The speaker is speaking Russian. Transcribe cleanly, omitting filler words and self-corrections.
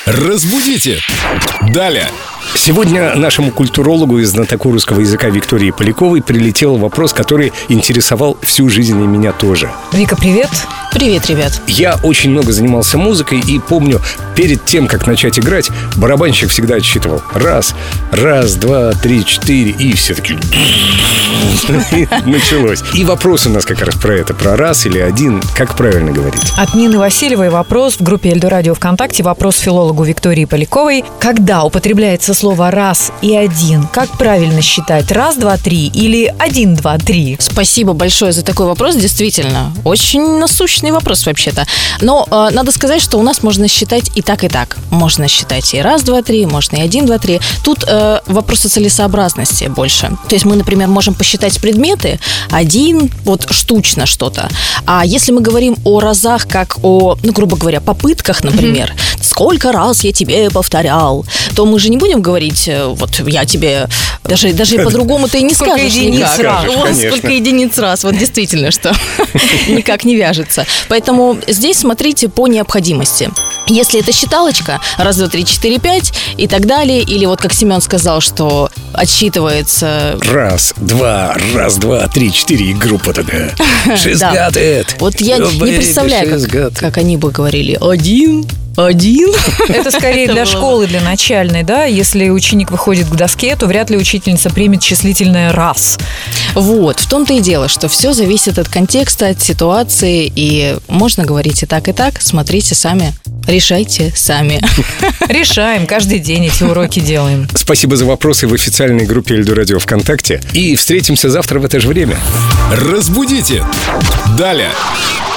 Разбудите! Далее! Сегодня нашему культурологу и знатоку русского языка Виктории Поляковой прилетел вопрос, который интересовал всю жизнь и меня тоже. Вика, привет. Привет, ребят. Я очень много занимался музыкой и помню, перед тем, как начать играть, барабанщик всегда отсчитывал. Раз, два, три, четыре, и все таки началось. И вопрос у нас как раз про это, про раз или один, как правильно говорить. От Нины Васильевой вопрос в группе Эльдо Радио ВКонтакте. Вопрос филологу Виктории Поляковой. Когда употребляется слово «раз» и «один», как правильно считать? Раз, два, три или один, два, три? Спасибо большое за такой вопрос. Действительно, очень насущный вопрос вообще-то. Но надо сказать, что у нас можно считать и так, и так. Можно считать и раз, два, три, можно и один, два, три. Тут вопрос о целесообразности больше. То есть мы, например, можем посчитать предметы один, вот штучно что-то. А если мы говорим о разах, как о, грубо говоря, попытках, например, сколько раз я тебе повторял, то мы же не будем говорить, вот я тебе даже и по-другому ты и не скажешь никак. Сколько единиц раз. Вот действительно, что никак не вяжется. Поэтому здесь смотрите по необходимости. Если это считалочка, раз, два, три, четыре, пять и так далее, или вот как Семен сказал, что отсчитывается... Раз, два, три, четыре, и группа такая. She's got it. Вот я не представляю, как они бы говорили. Один. Это скорее для школы, для начальной, да? Если ученик выходит к доске, то вряд ли учительница примет числительное «раз». Вот, в том-то и дело, что все зависит от контекста, от ситуации, и можно говорить и так, смотрите сами, решайте сами. Решаем, каждый день эти уроки делаем. Спасибо за вопросы в официальной группе Эльдо Радио ВКонтакте. И встретимся завтра в это же время. Разбудите! Далее!